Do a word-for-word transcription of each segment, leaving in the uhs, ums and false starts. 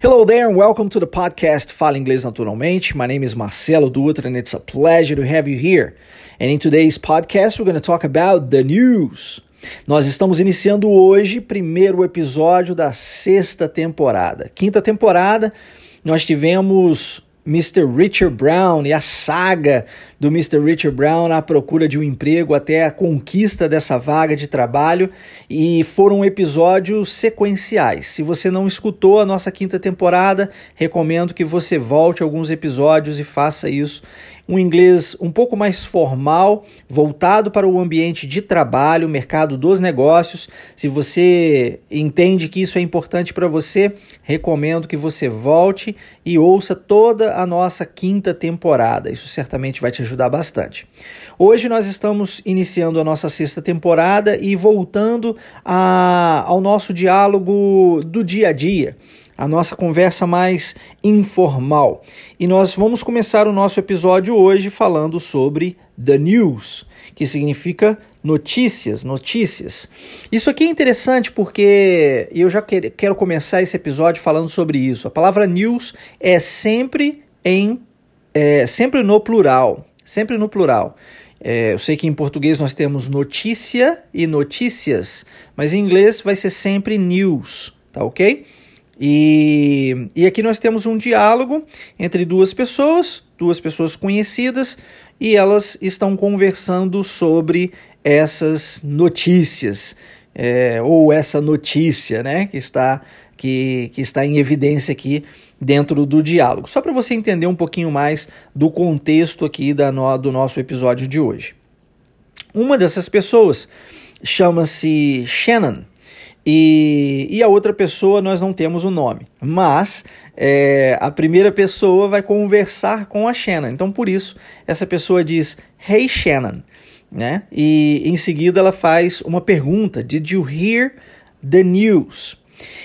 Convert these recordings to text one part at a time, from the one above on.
Hello there and welcome to the podcast Fala Inglês Naturalmente. My name is Marcelo Dutra and it's a pleasure to have you here. And in today's podcast we're going to talk about the news. Nós estamos iniciando hoje o primeiro episódio da sexta temporada. Quinta temporada, nós tivemos mister Richard Brown e a saga do mister Richard Brown à procura de um emprego até a conquista dessa vaga de trabalho, e foram episódios sequenciais. Se você não escutou a nossa quinta temporada, recomendo que você volte a alguns episódios e faça isso. Um inglês um pouco mais formal, voltado para o ambiente de trabalho, mercado dos negócios. Se você entende que isso é importante para você, recomendo que você volte e ouça toda a nossa quinta temporada. Isso certamente vai te ajudar bastante. Hoje nós estamos iniciando a nossa sexta temporada e voltando a, ao nosso diálogo do dia a dia, a nossa conversa mais informal. E nós vamos começar o nosso episódio hoje falando sobre the news, que significa notícias, notícias. Isso aqui é interessante porque eu já quero começar esse episódio falando sobre isso. A palavra news é sempre em é, sempre no plural, sempre no plural. É, eu sei que em português nós temos notícia e notícias, mas em inglês vai ser sempre news, tá ok? E, e aqui nós temos um diálogo entre duas pessoas, duas pessoas conhecidas, e elas estão conversando sobre essas notícias, é, ou essa notícia, né, que está, que, que está em evidência aqui dentro do diálogo. Só para você entender um pouquinho mais do contexto aqui da no, do nosso episódio de hoje. Uma dessas pessoas chama-se Shannon. E, e a outra pessoa nós não temos o nome, mas é, a primeira pessoa vai conversar com a Shannon. Então, por isso, essa pessoa diz, Hey Shannon, né? E em seguida ela faz uma pergunta, Did you hear the news?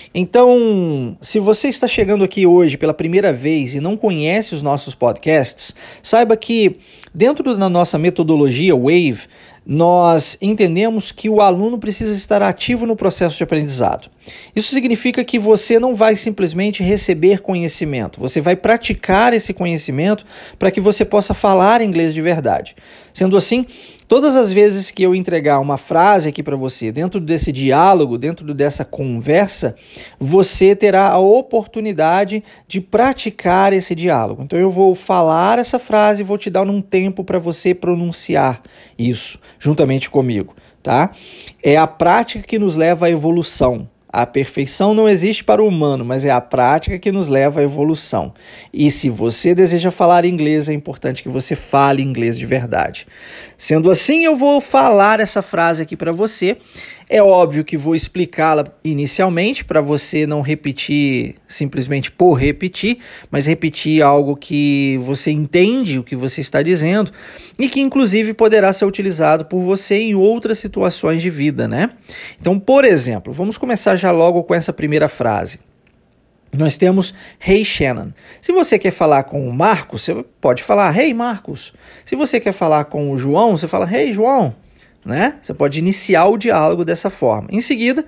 Então, se você está chegando aqui hoje pela primeira vez e não conhece os nossos podcasts, saiba que dentro da nossa metodologia WAVE, nós entendemos que o aluno precisa estar ativo no processo de aprendizado. Isso significa que você não vai simplesmente receber conhecimento, você vai praticar esse conhecimento para que você possa falar inglês de verdade. Sendo assim, todas as vezes que eu entregar uma frase aqui para você, dentro desse diálogo, dentro dessa conversa, você terá a oportunidade de praticar esse diálogo. Então eu vou falar essa frase e vou te dar um tempo para você pronunciar isso, juntamente comigo, tá? É a prática que nos leva à evolução. A perfeição não existe para o humano, mas é a prática que nos leva à evolução. E se você deseja falar inglês, é importante que você fale inglês de verdade. Sendo assim, eu vou falar essa frase aqui para você. É óbvio que vou explicá-la inicialmente para você não repetir simplesmente por repetir, mas repetir algo que você entende o que você está dizendo e que inclusive poderá ser utilizado por você em outras situações de vida, né? Então, por exemplo, vamos começar já logo com essa primeira frase. Nós temos Hey Shannon. Se você quer falar com o Marcos, você pode falar Hey Marcos. Se você quer falar com o João, você fala Hey João. Né? Você pode iniciar o diálogo dessa forma. Em seguida,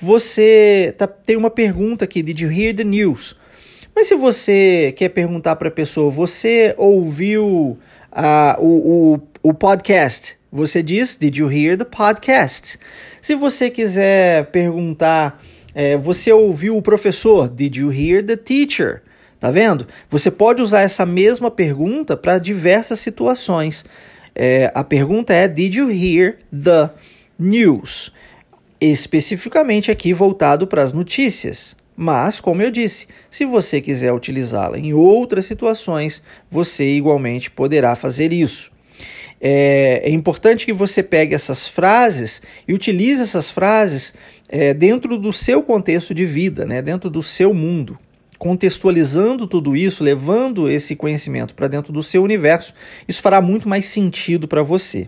você tá, tem uma pergunta aqui, Did you hear the news? Mas se você quer perguntar para a pessoa, você ouviu uh, o, o, o podcast? Você diz, Did you hear the podcast? Se você quiser perguntar, é, você ouviu o professor? Did you hear the teacher? Tá vendo? Você pode usar essa mesma pergunta para diversas situações. É, a pergunta é, Did you hear the news? Especificamente aqui voltado para as notícias. Mas, como eu disse, se você quiser utilizá-la em outras situações, você igualmente poderá fazer isso. É, é importante que você pegue essas frases e utilize essas frases é, dentro do seu contexto de vida, né? Dentro do seu mundo. Contextualizando tudo isso, levando esse conhecimento para dentro do seu universo, isso fará muito mais sentido para você.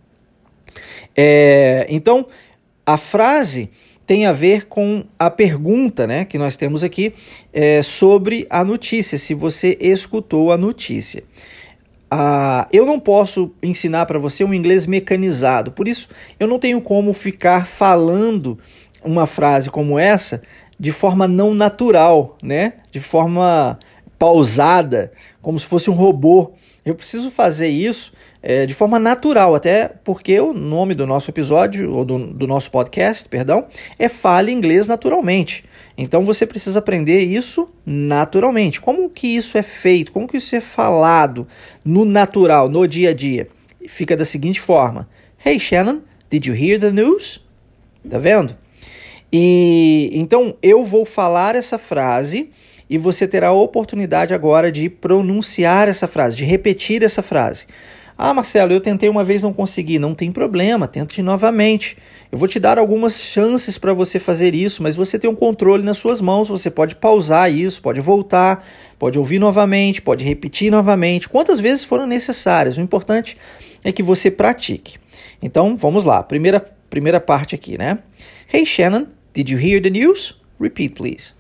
É, então, a frase tem a ver com a pergunta, né, que nós temos aqui é, sobre a notícia, se você escutou a notícia. Ah, eu não posso ensinar para você um inglês mecanizado, por isso eu não tenho como ficar falando uma frase como essa de forma não natural, né? De forma pausada, como se fosse um robô. Eu preciso fazer isso é, de forma natural, até porque o nome do nosso episódio, ou do, do nosso podcast, perdão, é Fale Inglês Naturalmente. Então você precisa aprender isso naturalmente. Como que isso é feito? Como que isso é falado no natural, no dia a dia? Fica da seguinte forma: Hey Shannon, did you hear the news? Tá vendo? E então eu vou falar essa frase e você terá a oportunidade agora de pronunciar essa frase, de repetir essa frase. Ah, Marcelo, eu tentei uma vez e não consegui. Não tem problema, tente novamente. Eu vou te dar algumas chances para você fazer isso, mas você tem um controle nas suas mãos, você pode pausar isso, pode voltar, pode ouvir novamente, pode repetir novamente, quantas vezes foram necessárias. O importante é que você pratique. Então, vamos lá. Primeira, primeira parte aqui, né? Hey, Shannon, did you hear the news? Repeat, please.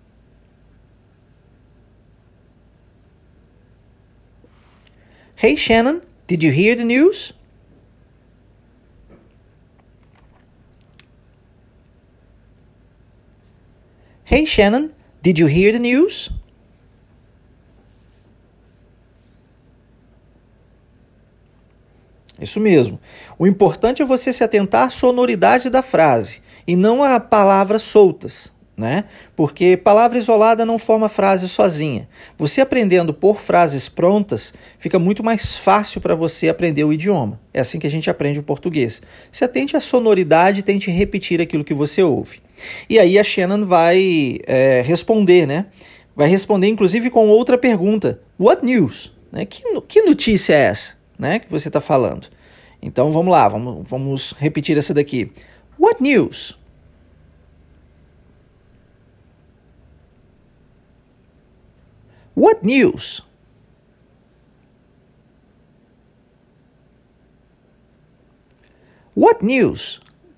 Hey, Shannon, did you hear the news? Hey, Shannon, did you hear the news? Isso mesmo. O importante é você se atentar à sonoridade da frase e não a palavras soltas, né? Porque palavra isolada não forma frase sozinha. Você aprendendo por frases prontas, fica muito mais fácil para você aprender o idioma. É assim que a gente aprende o português. Se atente à sonoridade e tente repetir aquilo que você ouve. E aí a Shannon vai é, responder, né? Vai responder inclusive com outra pergunta. What news? Né? Que, que notícia é essa, né, que você está falando? Então vamos lá, vamos, vamos repetir essa daqui. What news? What news? What news?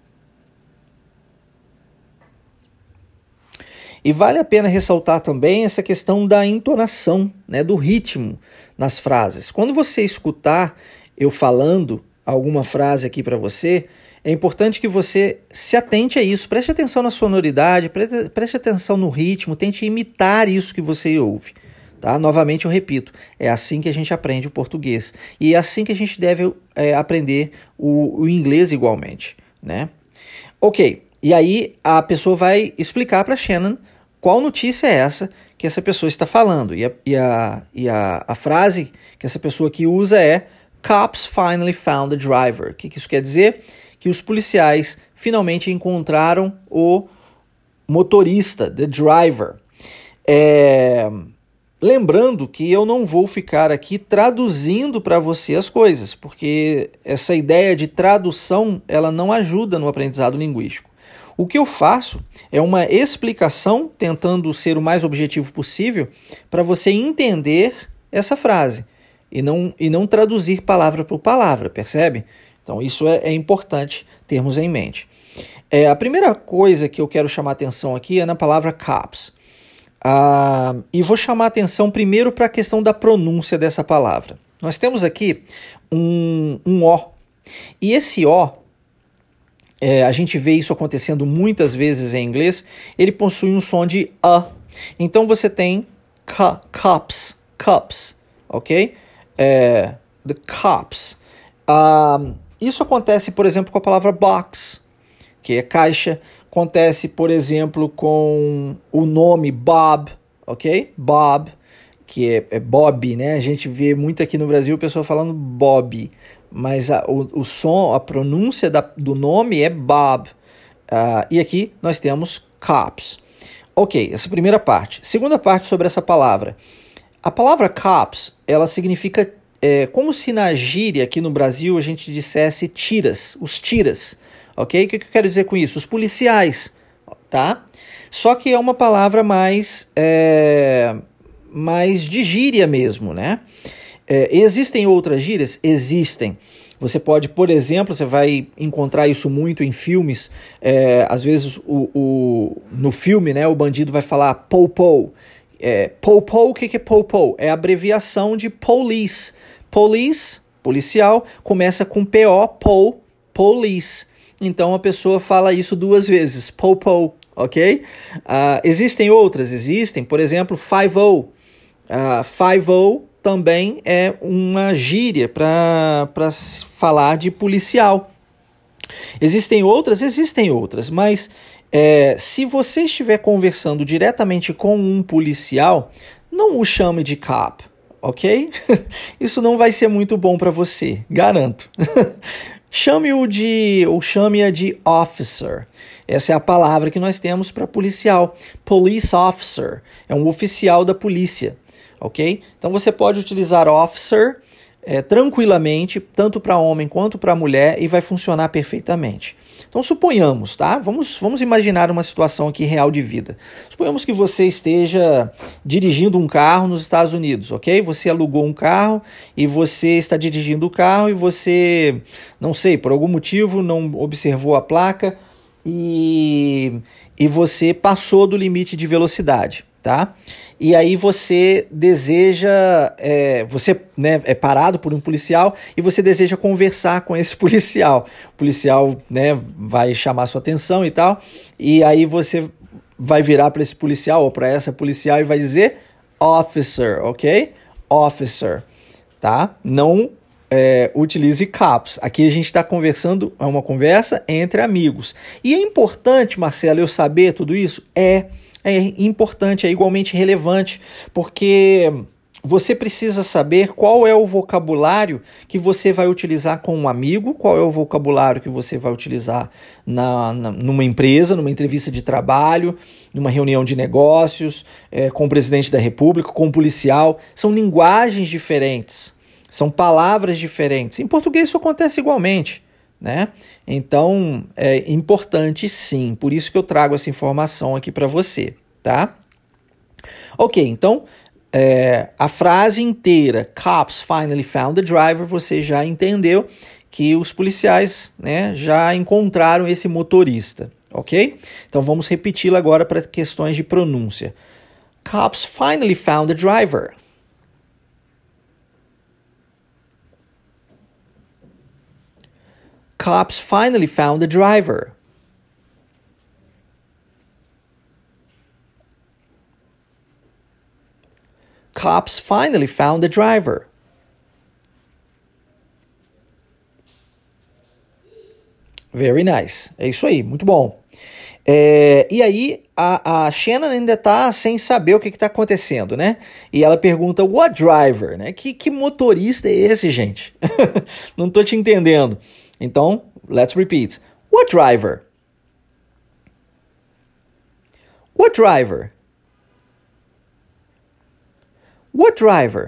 E vale a pena ressaltar também essa questão da entonação, né, do ritmo nas frases. Quando você escutar eu falando alguma frase aqui para você, é importante que você se atente a isso, preste atenção na sonoridade, preste, preste atenção no ritmo, tente imitar isso que você ouve. Tá? Novamente eu repito, é assim que a gente aprende o português e é assim que a gente deve é, aprender o, o inglês igualmente, né? Ok, e aí a pessoa vai explicar para Shannon qual notícia é essa que essa pessoa está falando. E a, e a, e a, a frase que essa pessoa aqui usa é Cops finally found the driver. O que, que isso quer dizer? Que os policiais finalmente encontraram o motorista, the driver. É... Lembrando que eu não vou ficar aqui traduzindo para você as coisas, porque essa ideia de tradução ela não ajuda no aprendizado linguístico. O que eu faço é uma explicação, tentando ser o mais objetivo possível, para você entender essa frase e não, e não traduzir palavra por palavra, percebe? Então isso é, é importante termos em mente. É, a primeira coisa que eu quero chamar atenção aqui é na palavra cops. Ah, e vou chamar atenção primeiro para a questão da pronúncia dessa palavra. Nós temos aqui um, um O. E esse O, é, a gente vê isso acontecendo muitas vezes em inglês, ele possui um som de A. Então você tem cu, cups, cups, ok? É, the cops. Ah, isso acontece, por exemplo, com a palavra box, que é caixa. Acontece, por exemplo, com o nome Bob, ok? Bob, que é, é Bob, né? A gente vê muito aqui no Brasil o pessoal falando Bob, mas a, o, o som, a pronúncia da, do nome é Bob. Uh, e aqui nós temos cops. Ok, essa primeira parte. Segunda parte sobre essa palavra. A palavra cops, ela significa, é, como se na gíria aqui no Brasil a gente dissesse tiras, os tiras. Ok? O que eu quero dizer com isso? Os policiais, tá? Só que é uma palavra mais, é, mais de gíria mesmo, né? É, existem outras gírias? Existem. Você pode, por exemplo, você vai encontrar isso muito em filmes, é, às vezes o, o, no filme, né, o bandido vai falar po-po. É, po-po, o que, que é po-po? É a abreviação de police. Police, policial, começa com P O, po, police. Então a pessoa fala isso duas vezes, po-po, ok? Uh, existem outras, existem, por exemplo, cinquenta. Uh, cinquenta também é uma gíria para falar de policial. Existem outras? Existem outras, mas é, se você estiver conversando diretamente com um policial, não o chame de cop, ok? Isso não vai ser muito bom para você, garanto. Chame-o de, ou chame-a de officer. Essa é a palavra que nós temos para policial. Police officer é um oficial da polícia, ok? Então você pode utilizar officer é, tranquilamente, tanto para homem quanto para mulher, e vai funcionar perfeitamente. Então suponhamos, tá? Vamos, vamos imaginar uma situação aqui real de vida. Suponhamos que você esteja dirigindo um carro nos Estados Unidos, ok? Você alugou um carro e você está dirigindo o carro e você, não sei, por algum motivo não observou a placa e, e você passou do limite de velocidade, tá? E aí você deseja, é, você né, é parado por um policial e você deseja conversar com esse policial. O policial né, vai chamar sua atenção e tal, e aí você vai virar para esse policial ou para essa policial e vai dizer officer, ok? Officer, tá? Não é, utilize caps. Aqui a gente está conversando, é uma conversa entre amigos. E é importante, Marcelo, eu saber tudo isso? É É importante, é igualmente relevante, porque você precisa saber qual é o vocabulário que você vai utilizar com um amigo, qual é o vocabulário que você vai utilizar na, na, numa empresa, numa entrevista de trabalho, numa reunião de negócios, é, com o presidente da República, com o policial. São linguagens diferentes, são palavras diferentes. Em português isso acontece igualmente. Né? Então é importante sim, por isso que eu trago essa informação aqui para você, tá? Ok, então é, a frase inteira, cops finally found the driver, você já entendeu que os policiais né, já encontraram esse motorista, ok? Então vamos repeti-la agora para questões de pronúncia. Cops finally found the driver. Cops finally found the driver. Cops finally found the driver. Very nice. É isso aí, muito bom. É, e aí, a, a Shannon ainda está sem saber o que está acontecendo, né? E ela pergunta, what driver? Né? Que, que motorista é esse, gente? Não estou te entendendo. Então, let's repeat. What driver? What driver? What driver?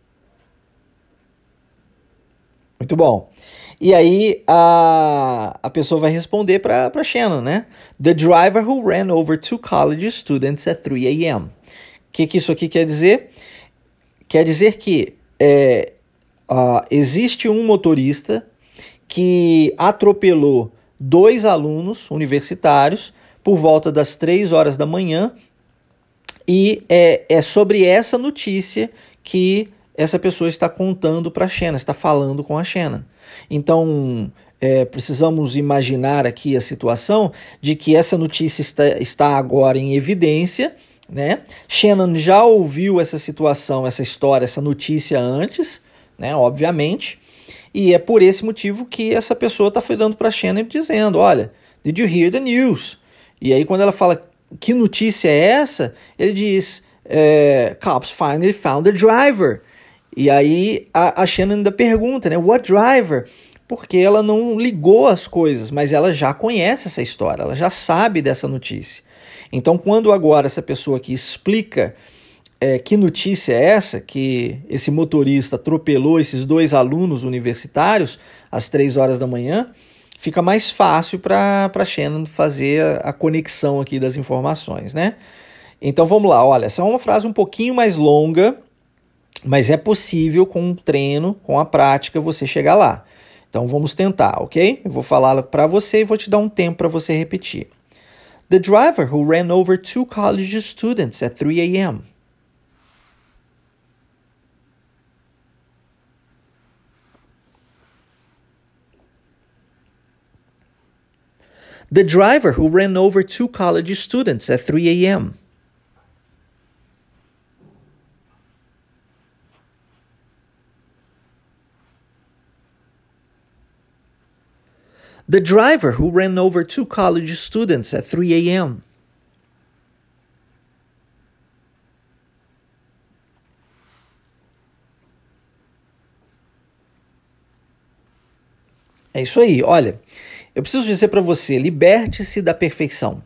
Muito bom. E aí a, a pessoa vai responder para a Shannon, né? The driver who ran over two college students at three a m O que, que isso aqui quer dizer? Quer dizer que é, uh, existe um motorista que atropelou dois alunos universitários por volta das três horas da manhã e é, é sobre essa notícia que essa pessoa está contando para a Shannon, está falando com a Shannon. Então, é, precisamos imaginar aqui a situação de que essa notícia está, está agora em evidência, né? Shannon já ouviu essa situação, essa história, essa notícia antes, né? Obviamente. E é por esse motivo que essa pessoa está falando para a Shannon dizendo, olha, did you hear the news? E aí quando ela fala, que notícia é essa? Ele diz, é, cops finally found the driver. E aí a, a Shannon ainda pergunta, né, what driver? Porque ela não ligou as coisas, mas ela já conhece essa história, ela já sabe dessa notícia. Então quando agora essa pessoa aqui explica É, que notícia é essa? Que esse motorista atropelou esses dois alunos universitários às três horas da manhã, fica mais fácil para a Shannon fazer a, a conexão aqui das informações, né? Então vamos lá, olha, essa é uma frase um pouquinho mais longa, mas é possível com o treino, com a prática, você chegar lá. Então vamos tentar, ok? Eu vou falar para você e vou te dar um tempo para você repetir. The driver who ran over two college students at three a m The driver who ran over two college students at three a.m. The driver who ran over two college students at three a.m. É isso aí, olha, eu preciso dizer para você, liberte-se da perfeição.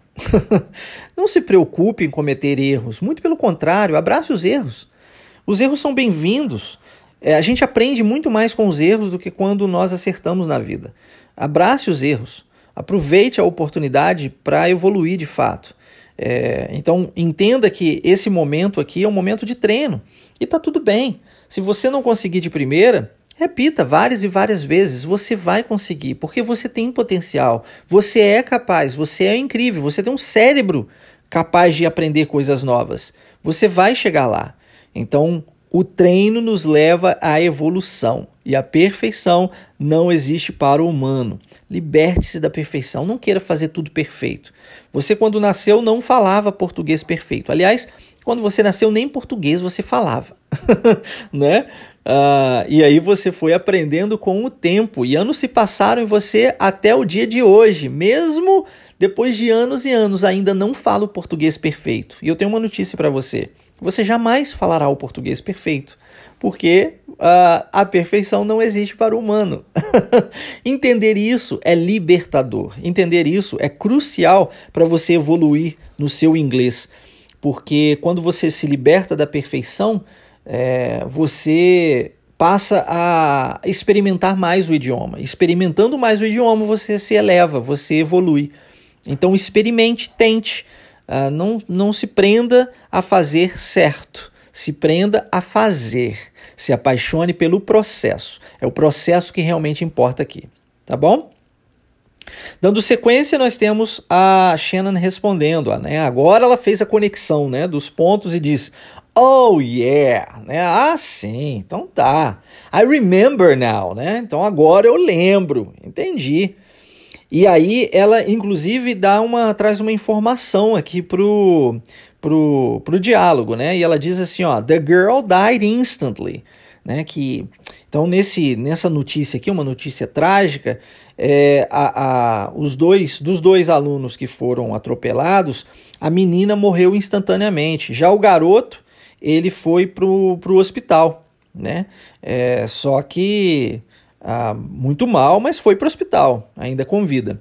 Não se preocupe em cometer erros, muito pelo contrário, abrace os erros. Os erros são bem-vindos. É, a gente aprende muito mais com os erros do que quando nós acertamos na vida. Abrace os erros, aproveite a oportunidade para evoluir de fato. É, então, entenda que esse momento aqui é um momento de treino e está tudo bem. Se você não conseguir de primeira, repita várias e várias vezes, você vai conseguir, porque você tem potencial, você é capaz, você é incrível, você tem um cérebro capaz de aprender coisas novas. Você vai chegar lá. Então, o treino nos leva à evolução e a perfeição não existe para o humano. Liberte-se da perfeição, não queira fazer tudo perfeito. Você, quando nasceu, não falava português perfeito. Aliás, quando você nasceu, nem português você falava, né? Uh, e aí você foi aprendendo com o tempo e anos se passaram em você até o dia de hoje, mesmo depois de anos e anos ainda não fala o português perfeito. E eu tenho uma notícia para você, você jamais falará o português perfeito, porque uh, a perfeição não existe para o humano. Entender isso é libertador, entender isso é crucial para você evoluir no seu inglês, porque quando você se liberta da perfeição, É, você passa a experimentar mais o idioma. Experimentando mais o idioma, você se eleva, você evolui. Então, experimente, tente. Uh, não, não se prenda a fazer certo. Se prenda a fazer. Se apaixone pelo processo. É o processo que realmente importa aqui. Tá bom? Dando sequência, nós temos a Shannon respondendo. Né? Agora ela fez a conexão, né, dos pontos e diz: oh yeah, né? Ah, sim, então tá. I remember now, né? Então agora eu lembro, entendi. E aí ela, inclusive, dá uma, traz uma informação aqui pro, pro, pro diálogo, né? E ela diz assim, ó, the girl died instantly, né? Que, então, nesse, nessa notícia aqui, uma notícia trágica, é, a, a, os dois, dos dois alunos que foram atropelados, a menina morreu instantaneamente. Já o garoto, ele foi pro, pro hospital, né? É, só que ah, muito mal, mas foi pro hospital, ainda com vida.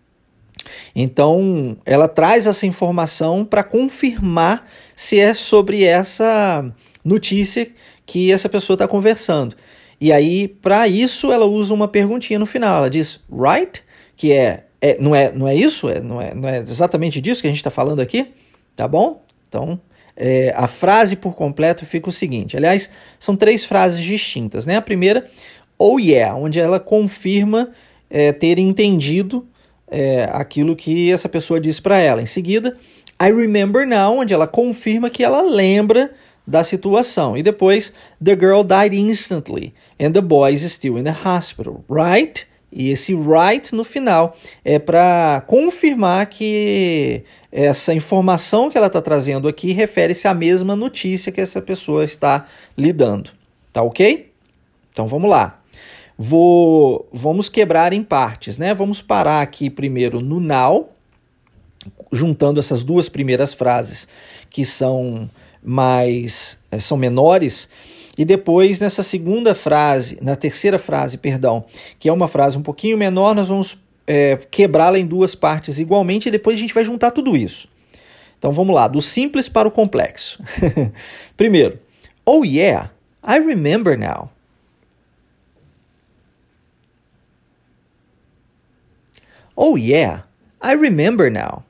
Então, ela traz essa informação para confirmar se é sobre essa notícia que essa pessoa está conversando. E aí, para isso, ela usa uma perguntinha no final. Ela diz, right? Que é, é, não, é não é isso? É, não, é, não é exatamente disso que a gente está falando aqui? Tá bom? Então, É, a frase por completo fica o seguinte, aliás, são três frases distintas, né? A primeira, oh yeah, onde ela confirma é, ter entendido é, aquilo que essa pessoa disse para ela. Em seguida, I remember now, onde ela confirma que ela lembra da situação. E depois, the girl died instantly and the boy is still in the hospital, right? E esse right no final é para confirmar que essa informação que ela está trazendo aqui refere-se à mesma notícia que essa pessoa está lidando. Tá ok? Então vamos lá. Vou, vamos quebrar em partes, né? Vamos parar aqui primeiro no now, juntando essas duas primeiras frases que são mais são menores. E depois, nessa segunda frase, na terceira frase, perdão, que é uma frase um pouquinho menor, nós vamos é, quebrá-la em duas partes igualmente e depois a gente vai juntar tudo isso. Então vamos lá, do simples para o complexo. Primeiro, oh yeah, I remember now. Oh yeah, I remember now.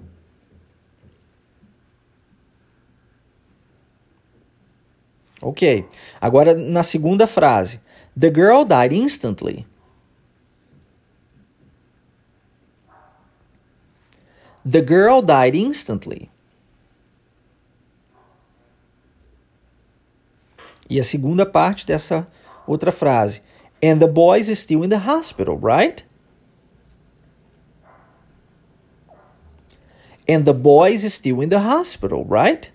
Ok, agora na segunda frase. The girl died instantly. The girl died instantly. E a segunda parte dessa outra frase. And the boy is still in the hospital, right? And the boy is still in the hospital, right?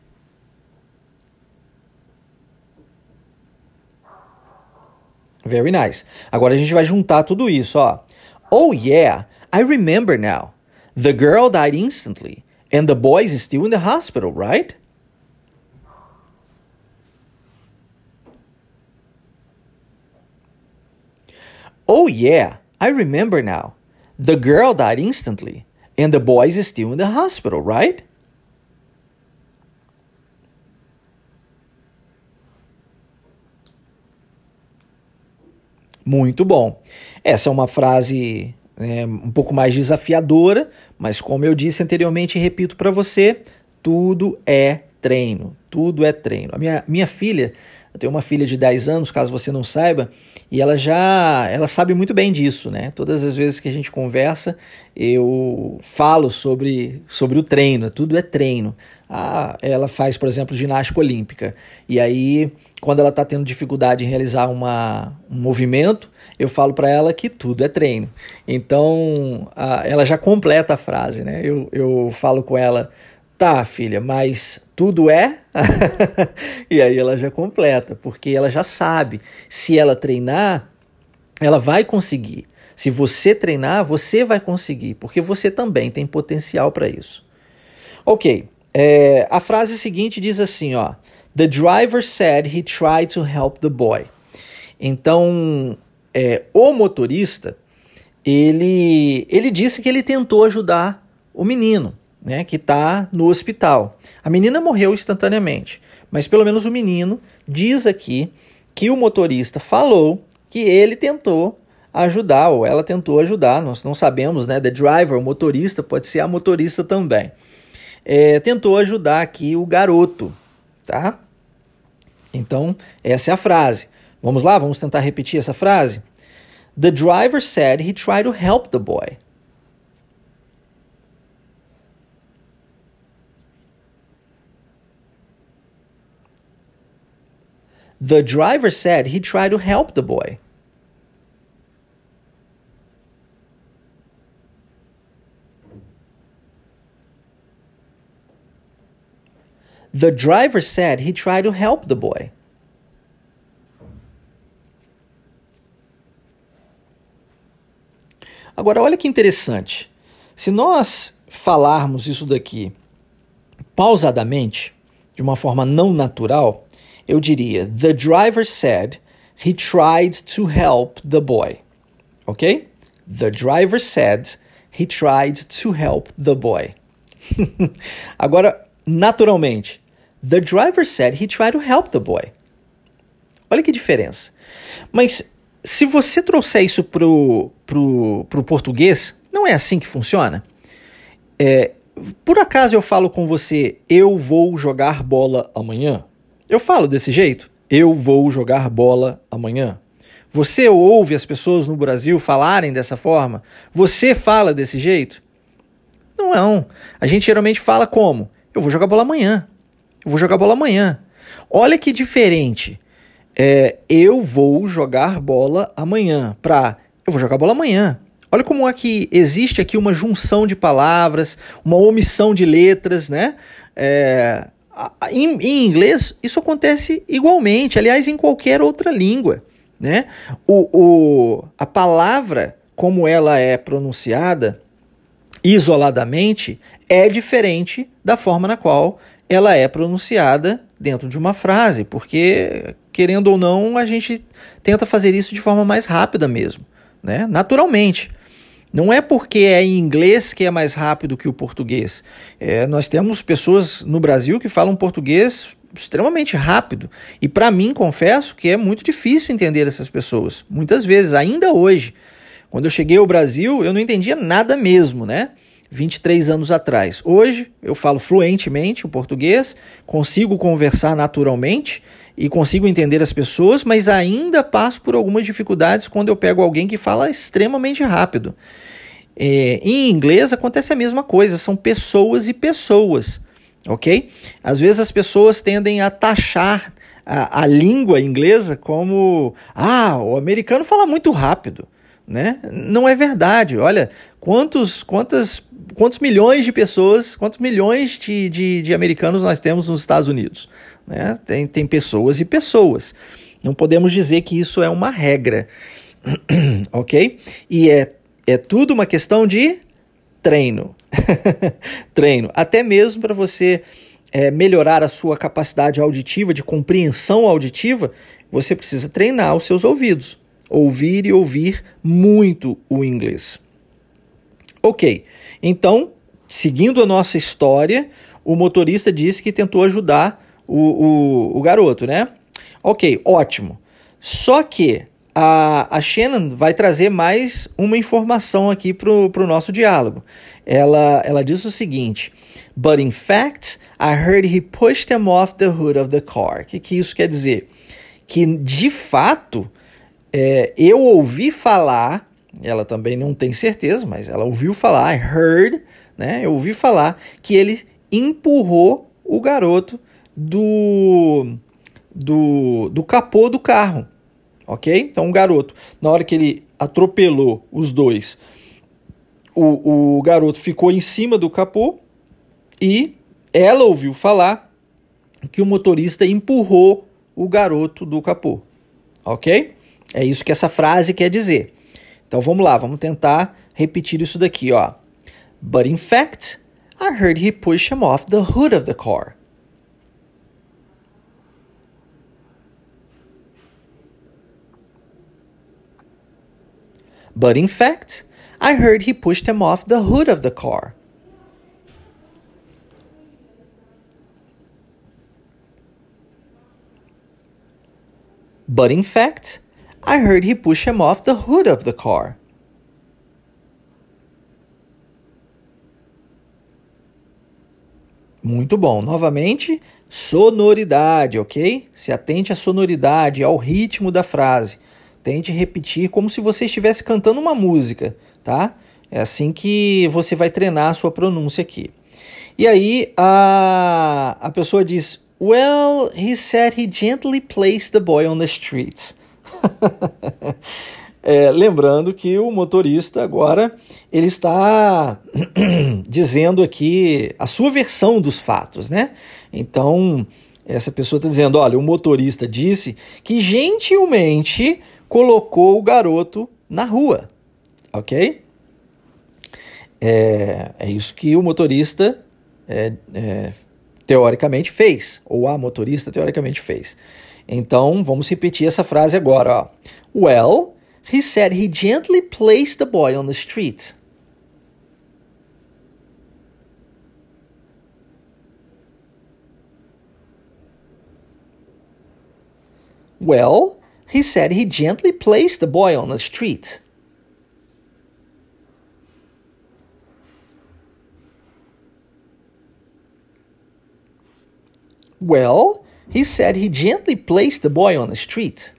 Very nice. Agora a gente vai juntar tudo isso, ó. Oh yeah, I remember now. The girl died instantly. And the boy is still in the hospital, right? Oh yeah, I remember now. The girl died instantly. And the boy is still in the hospital, right? Muito bom. Essa é uma frase é, um pouco mais desafiadora, mas como eu disse anteriormente e repito para você, tudo é treino, tudo é treino. A minha, minha filha, eu tenho uma filha de dez anos, caso você não saiba, e ela já, ela sabe muito bem disso, né? Todas as vezes que a gente conversa, eu falo sobre, sobre o treino, tudo é treino. Ah, ela faz, por exemplo, ginástica olímpica, e aí, quando ela está tendo dificuldade em realizar uma, um movimento, eu falo para ela que tudo é treino. Então, a, ela já completa a frase, né? Eu, eu falo com ela, tá, filha, mas tudo é? E aí ela já completa, porque ela já sabe. Se ela treinar, ela vai conseguir. Se você treinar, você vai conseguir, porque você também tem potencial para isso. Ok, é, a frase seguinte diz assim, ó. The driver said he tried to help the boy. Então, é, o motorista, ele, ele disse que ele tentou ajudar o menino, né, que está no hospital. A menina morreu instantaneamente, mas pelo menos o menino diz aqui que o motorista falou que ele tentou ajudar, ou ela tentou ajudar, nós não sabemos, né, the driver, o motorista, pode ser a motorista também. É, tentou ajudar aqui o garoto, tá? Então, essa é a frase. Vamos lá, vamos tentar repetir essa frase? The driver said he tried to help the boy. The driver said he tried to help the boy. The driver said he tried to help the boy. Agora, olha que interessante. Se nós falarmos isso daqui pausadamente, de uma forma não natural, eu diria, the driver said he tried to help the boy. Ok? The driver said he tried to help the boy. Agora, naturalmente, the driver said he tried to help the boy. Olha que diferença. Mas se você trouxer isso pro, pro, pro português, não é assim que funciona? É, por acaso eu falo com você, eu vou jogar bola amanhã? Eu falo desse jeito, eu vou jogar bola amanhã. Você ouve as pessoas no Brasil falarem dessa forma? Você fala desse jeito? Não, não. A gente geralmente fala como? Eu vou jogar bola amanhã. Eu vou jogar bola amanhã. Olha que diferente. É, eu vou jogar bola amanhã. Pra eu vou jogar bola amanhã. Olha como aqui existe aqui uma junção de palavras, uma omissão de letras, né? É, em, em inglês, isso acontece igualmente. Aliás, em qualquer outra língua, né? O, o, a palavra, como ela é pronunciada isoladamente, é diferente da forma na qual ela é pronunciada dentro de uma frase, porque, querendo ou não, a gente tenta fazer isso de forma mais rápida mesmo, né? Naturalmente. Não é porque é em inglês que é mais rápido que o português. É, nós temos pessoas no Brasil que falam português extremamente rápido. E para mim, confesso que é muito difícil entender essas pessoas. Muitas vezes, ainda hoje. Quando eu cheguei ao Brasil, eu não entendia nada mesmo, né? vinte e três anos atrás. Hoje, eu falo fluentemente o português, consigo conversar naturalmente e consigo entender as pessoas, mas ainda passo por algumas dificuldades quando eu pego alguém que fala extremamente rápido. É, em inglês acontece a mesma coisa, são pessoas e pessoas, ok? Às vezes as pessoas tendem a taxar a, a língua inglesa como, ah, o americano fala muito rápido. né? Não é verdade. Olha, quantos, quantas, quantos milhões de pessoas, quantos milhões de, de, de americanos nós temos nos Estados Unidos, né? Tem, tem pessoas e pessoas. Não podemos dizer que isso é uma regra, ok? E é, é tudo uma questão de treino. Treino. Até mesmo para você é, melhorar a sua capacidade auditiva, de compreensão auditiva, você precisa treinar os seus ouvidos. Ouvir e ouvir muito o inglês. Ok, então, seguindo a nossa história, o motorista disse que tentou ajudar o, o, o garoto, né? Ok, ótimo. Só que a, a Shannon vai trazer mais uma informação aqui para o nosso diálogo. Ela, ela diz o seguinte: But in fact, I heard he pushed him off the hood of the car. O que, que isso quer dizer? Que, de fato, é, eu ouvi falar, ela também não tem certeza, mas ela ouviu falar, I heard, né? Eu ouvi falar que ele empurrou o garoto do, do, do capô do carro, ok? Então o garoto, na hora que ele atropelou os dois, o, o garoto ficou em cima do capô e ela ouviu falar que o motorista empurrou o garoto do capô, ok? É isso que essa frase quer dizer. Então vamos lá, vamos tentar repetir isso daqui, ó. But in fact, I heard he pushed him off the hood of the car. But in fact, I heard he pushed him off the hood of the car. But in fact, I heard he pushed him off the hood of the car. Muito bom. Novamente, sonoridade, ok? Se atente à sonoridade, ao ritmo da frase. Tente repetir como se você estivesse cantando uma música, tá? É assim que você vai treinar a sua pronúncia aqui. E aí, a, a pessoa diz, well, he said he gently placed the boy on the street. É, lembrando que o motorista agora ele está dizendo aqui a sua versão dos fatos, né? Então, essa pessoa está dizendo, olha, o motorista disse que gentilmente colocou o garoto na rua, ok? É, é isso que o motorista é, é, teoricamente fez, ou a motorista teoricamente fez. Então, vamos repetir essa frase agora, ó. Well, he said he gently placed the boy on the street. Well, he said he gently placed the boy on the street. Well, he said he gently placed the boy on the street.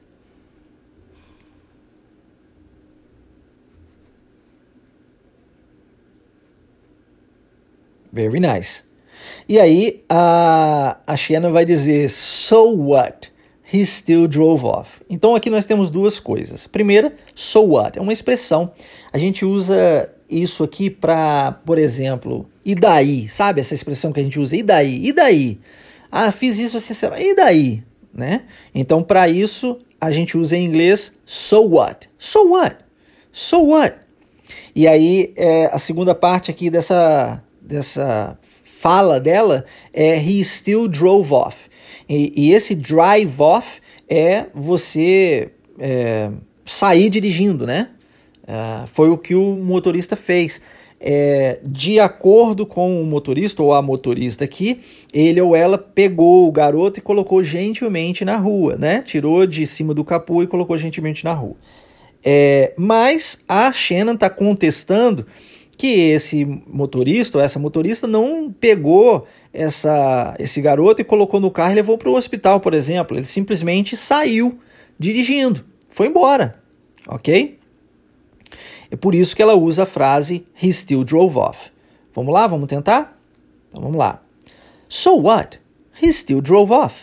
Very nice. E aí, a, a Shannon vai dizer, so what? He still drove off. Então, aqui nós temos duas coisas. Primeira, so what? É uma expressão. A gente usa isso aqui para, por exemplo, e daí? Sabe essa expressão que a gente usa? E daí? E daí? Ah, fiz isso essa semana. E daí? Né? Então, para isso, a gente usa em inglês so what? So what? So what? E aí, é, a segunda parte aqui dessa, dessa fala dela é he still drove off. E, e esse drive off é você é, sair dirigindo, né? É, foi o que o motorista fez. É, de acordo com o motorista ou a motorista aqui, ele ou ela pegou o garoto e colocou gentilmente na rua, né? Tirou de cima do capô e colocou gentilmente na rua. É, mas a Shannon está contestando que esse motorista ou essa motorista não pegou essa, esse garoto e colocou no carro e levou para o hospital, por exemplo. Ele simplesmente saiu dirigindo, foi embora, ok? É por isso que ela usa a frase he still drove off. Vamos lá, vamos tentar? Então vamos lá. So what? He still drove off.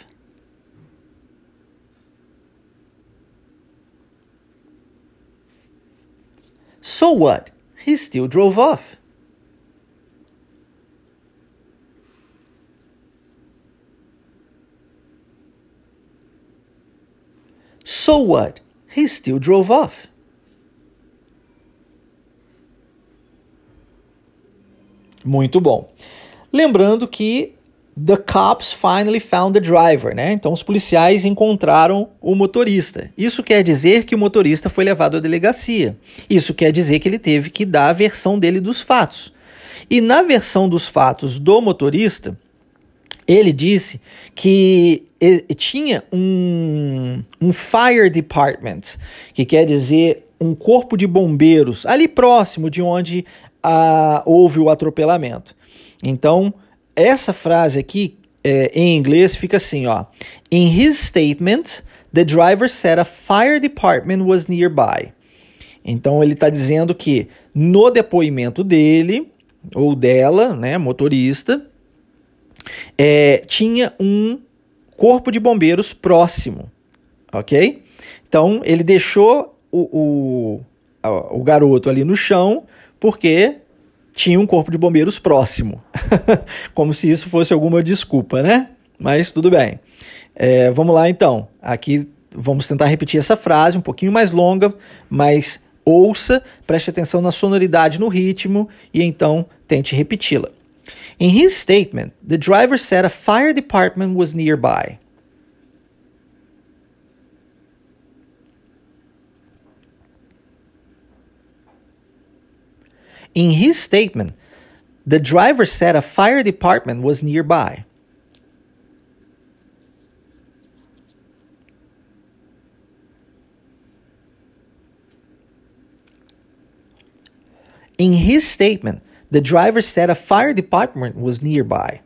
So what? He still drove off. So what? He still drove off. Muito bom. Lembrando que the cops finally found the driver, né? Então os policiais encontraram o motorista. Isso quer dizer que o motorista foi levado à delegacia. Isso quer dizer que ele teve que dar a versão dele dos fatos. E na versão dos fatos do motorista, ele disse que tinha um, um fire department, que quer dizer um corpo de bombeiros, ali próximo de onde ah, houve o atropelamento. Então, essa frase aqui, é, em inglês, fica assim, ó. In his statement, the driver said a fire department was nearby. Então, ele está dizendo que no depoimento dele, ou dela, né, motorista, é, tinha um corpo de bombeiros próximo, ok? Então, ele deixou o, o, o garoto ali no chão porque tinha um corpo de bombeiros próximo. Como se isso fosse alguma desculpa, né? Mas tudo bem. É, vamos lá, então. Aqui vamos tentar repetir essa frase, um pouquinho mais longa, mas ouça, preste atenção na sonoridade, no ritmo, e então tente repeti-la. In his statement, the driver said a fire department was nearby. In his statement, the driver said a fire department was nearby. In his statement, the driver said a fire department was nearby.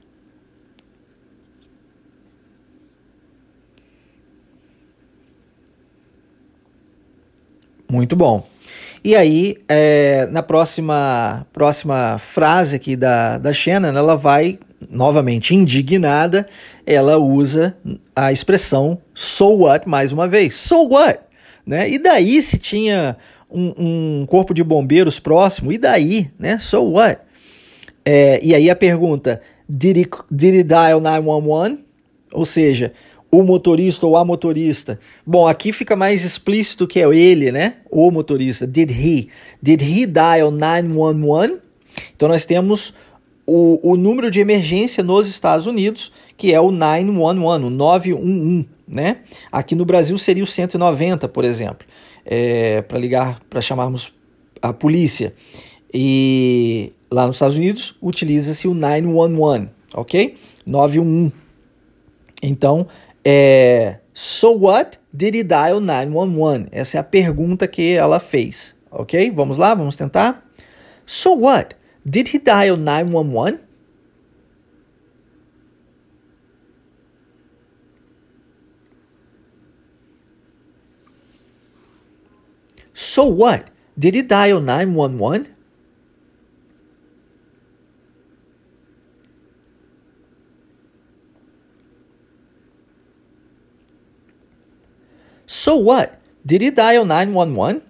Muito bom. E aí, é, na próxima, próxima frase aqui da, da Shannon, ela vai, novamente indignada, ela usa a expressão so what mais uma vez. So what? Né? E daí se tinha um, um corpo de bombeiros próximo? E daí? Né? So what? É, e aí a pergunta, did he, did he dial nine one one? Ou seja, o motorista ou a motorista. Bom, aqui fica mais explícito que é ele, né? O motorista. Did he? Did he dial nine one one? Então nós temos o, o número de emergência nos Estados Unidos, que é o nine one one, o nove um um, né? Aqui no Brasil seria o cento e noventa, por exemplo, é, para ligar, para chamarmos a polícia. E lá nos Estados Unidos utiliza-se o nine one one, ok? nove um um. Então, é, so what did he dial nine one one? Essa é a pergunta que ela fez, ok? Vamos lá, vamos tentar. So what? Did he dial nine one one? So what? Did he dial nine one one? So what? Did he dial nine one one?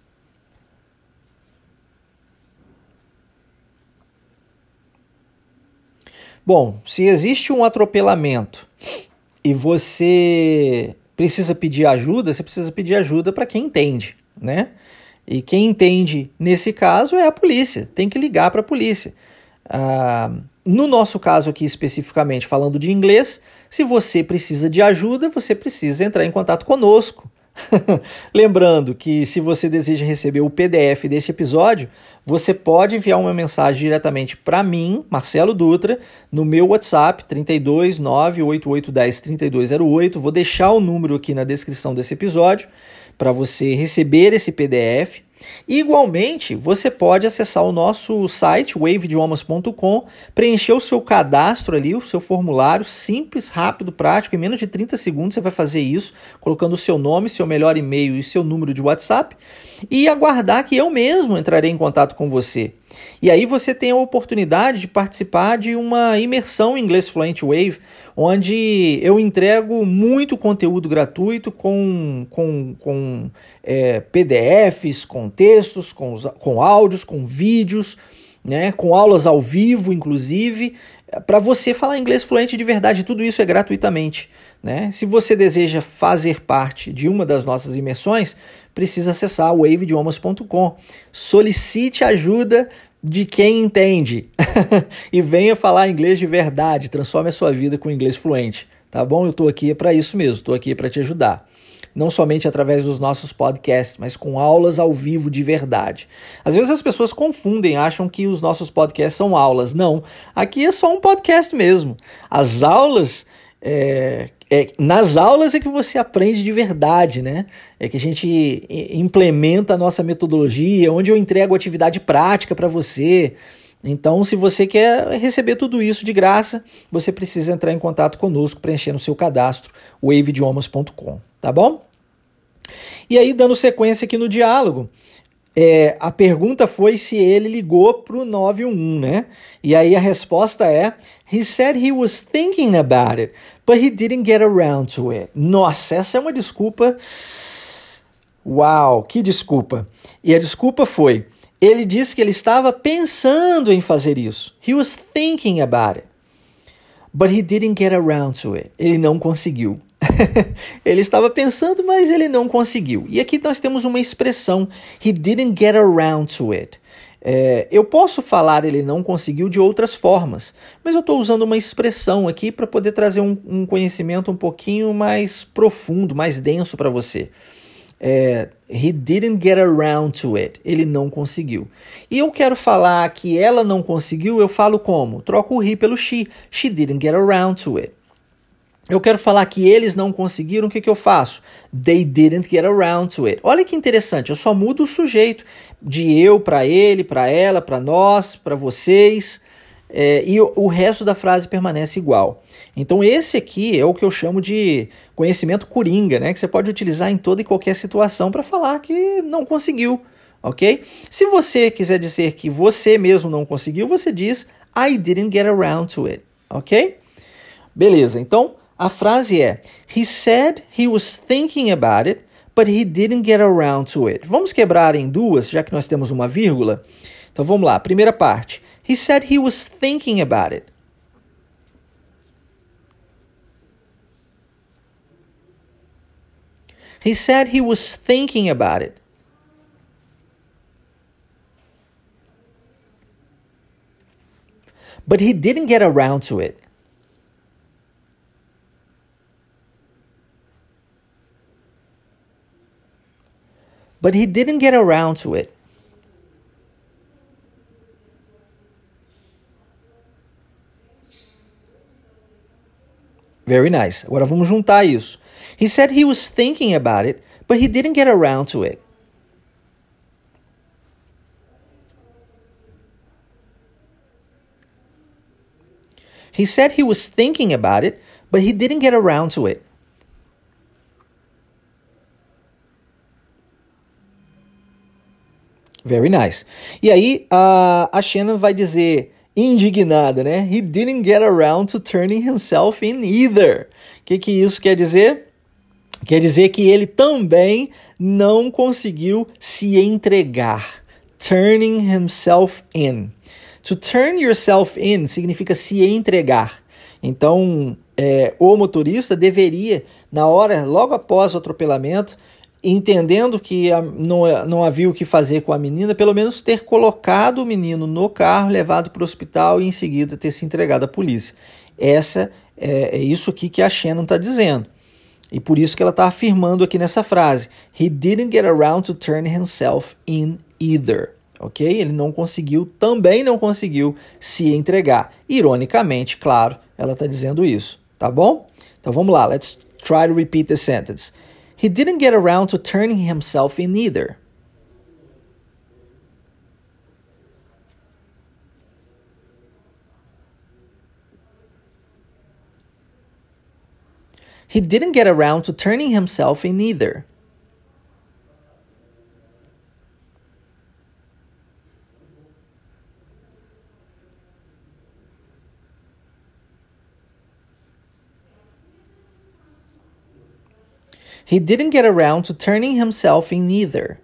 Bom, se existe um atropelamento e você precisa pedir ajuda, você precisa pedir ajuda para quem entende, né? E quem entende nesse caso é a polícia, tem que ligar para a polícia. Ah, no nosso caso aqui especificamente, falando de inglês, se você precisa de ajuda, você precisa entrar em contato conosco. Lembrando que se você deseja receber o P D F deste episódio, você pode enviar uma mensagem diretamente para mim, Marcelo Dutra, no meu WhatsApp trinta e dois, nove oito oito um zero, trinta e dois zero oito. Vou deixar o número aqui na descrição desse episódio para você receber esse P D F. Igualmente, você pode acessar o nosso site, wave idiomas ponto com, preencher o seu cadastro ali, o seu formulário, simples, rápido, prático, em menos de trinta segundos você vai fazer isso, colocando o seu nome, seu melhor e-mail e seu número de WhatsApp, e aguardar que eu mesmo entrarei em contato com você. E aí você tem a oportunidade de participar de uma imersão em Inglês Fluent Wave, onde eu entrego muito conteúdo gratuito com, com, com é, P D Fs, com textos, com, com áudios, com vídeos, né, com aulas ao vivo, inclusive, para você falar inglês fluente de verdade. Tudo isso é gratuitamente, né? Se você deseja fazer parte de uma das nossas imersões, precisa acessar wave idiomas ponto com. Solicite ajuda de quem entende e venha falar inglês de verdade. Transforme a sua vida com inglês fluente, tá bom? Eu estou aqui para isso mesmo, estou aqui para te ajudar. Não somente através dos nossos podcasts, mas com aulas ao vivo de verdade. Às vezes as pessoas confundem, acham que os nossos podcasts são aulas. Não, aqui é só um podcast mesmo. As aulas, é, é, nas aulas é que você aprende de verdade, né? É que a gente implementa a nossa metodologia, onde eu entrego atividade prática para você. Então, se você quer receber tudo isso de graça, você precisa entrar em contato conosco, preenchendo o seu cadastro, wave idiomas ponto com, tá bom? E aí, dando sequência aqui no diálogo, é, a pergunta foi se ele ligou para o nove um um, né? E aí a resposta é: He said he was thinking about it, but he didn't get around to it. Nossa, essa é uma desculpa. Uau, que desculpa. E a desculpa foi: ele disse que ele estava pensando em fazer isso. He was thinking about it, but he didn't get around to it. Ele não conseguiu. Ele estava pensando, mas ele não conseguiu. E aqui nós temos uma expressão: he didn't get around to it. É, eu posso falar ele não conseguiu de outras formas, mas eu estou usando uma expressão aqui para poder trazer um, um conhecimento um pouquinho mais profundo, mais denso para você. É, he didn't get around to it. Ele não conseguiu. E eu quero falar que ela não conseguiu, eu falo como? Troco o he pelo she. She didn't get around to it. Eu quero falar que eles não conseguiram, o que, que eu faço? They didn't get around to it. Olha que interessante, eu só mudo o sujeito de eu para ele, para ela, para nós, para vocês, é, e o, o resto da frase permanece igual. Então esse aqui é o que eu chamo de conhecimento coringa, né? Que você pode utilizar em toda e qualquer situação para falar que não conseguiu, ok? Se você quiser dizer que você mesmo não conseguiu, você diz I didn't get around to it, ok? Beleza, então a frase é: He said he was thinking about it, but he didn't get around to it. Vamos quebrar em duas, já que nós temos uma vírgula. Então vamos lá, primeira parte. He said he was thinking about it. He said he was thinking about it. But he didn't get around to it. But he didn't get around to it. Very nice. Agora vamos juntar isso. He said he was thinking about it, but he didn't get around to it. He said he was thinking about it, but he didn't get around to it. Very nice. E aí a, a Shannon vai dizer, indignada, né? He didn't get around to turning himself in either. O que, que isso quer dizer? Quer dizer que ele também não conseguiu se entregar. Turning himself in. To turn yourself in significa se entregar. Então, é, o motorista deveria, na hora, logo após o atropelamento, entendendo que não, não havia o que fazer com a menina, pelo menos ter colocado o menino no carro, levado para o hospital e em seguida ter se entregado à polícia. Essa é, é isso aqui que a Shannon está dizendo. E por isso que ela está afirmando aqui nessa frase. He didn't get around to turn himself in either. Ok? Ele não conseguiu, também não conseguiu se entregar. Ironicamente, claro, ela está dizendo isso. Tá bom? Então vamos lá. Let's try to repeat the sentence. He didn't get around to turning himself in either. He didn't get around to turning himself in either. He didn't get around to turning himself in either.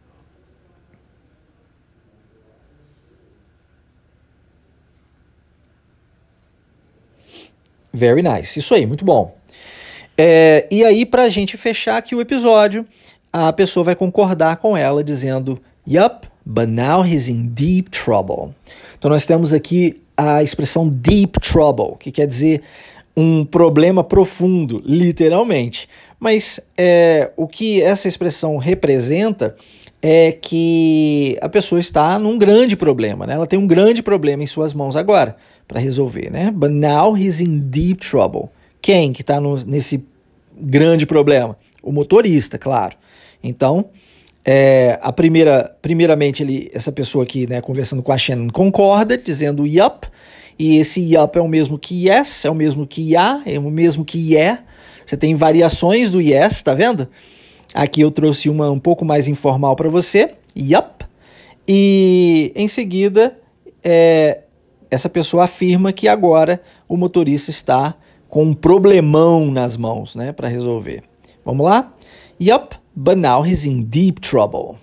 Very nice. Isso aí, muito bom. É, e aí, pra gente fechar aqui o episódio, a pessoa vai concordar com ela dizendo, yup, but now he's in deep trouble. Então nós temos aqui a expressão deep trouble, que quer dizer um problema profundo, literalmente. Mas é, o que essa expressão representa é que a pessoa está num grande problema, né? Ela tem um grande problema em suas mãos agora para resolver, né? But now he's in deep trouble. Quem que está nesse grande problema? O motorista, claro. Então, é, a primeira, primeiramente, ele, essa pessoa aqui, né, conversando com a Shannon, concorda, dizendo yup, e esse yup é o mesmo que yes, é o mesmo que yeah, é o mesmo que yeah. Você tem variações do yes, tá vendo? Aqui eu trouxe uma um pouco mais informal para você, yup, e em seguida, é, essa pessoa afirma que agora o motorista está com um problemão nas mãos, né, para resolver. Vamos lá? Yup, but now he's in deep trouble.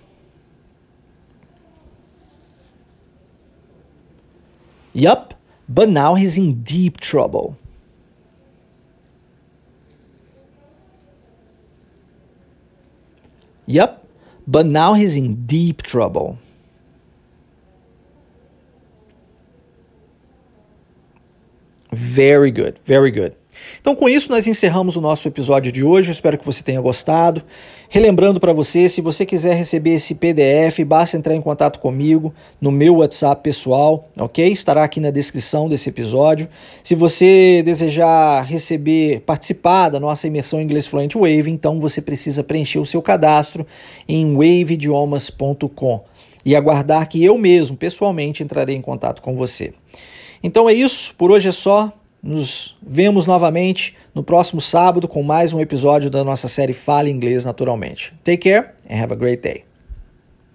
Yup, but now he's in deep trouble. Yup, but now he's in deep trouble. Very good, very good. Então, com isso, nós encerramos o nosso episódio de hoje. Eu espero que você tenha gostado. Relembrando para você, se você quiser receber esse P D F, basta entrar em contato comigo no meu WhatsApp pessoal, ok? Estará aqui na descrição desse episódio. Se você desejar receber, participar da nossa imersão em Inglês Fluente Wave, então você precisa preencher o seu cadastro em wave idiomas ponto com e aguardar que eu mesmo, pessoalmente, entrarei em contato com você. Então é isso, por hoje é só. Nos vemos novamente no próximo sábado com mais um episódio da nossa série Fale Inglês Naturalmente. Take care and have a great day.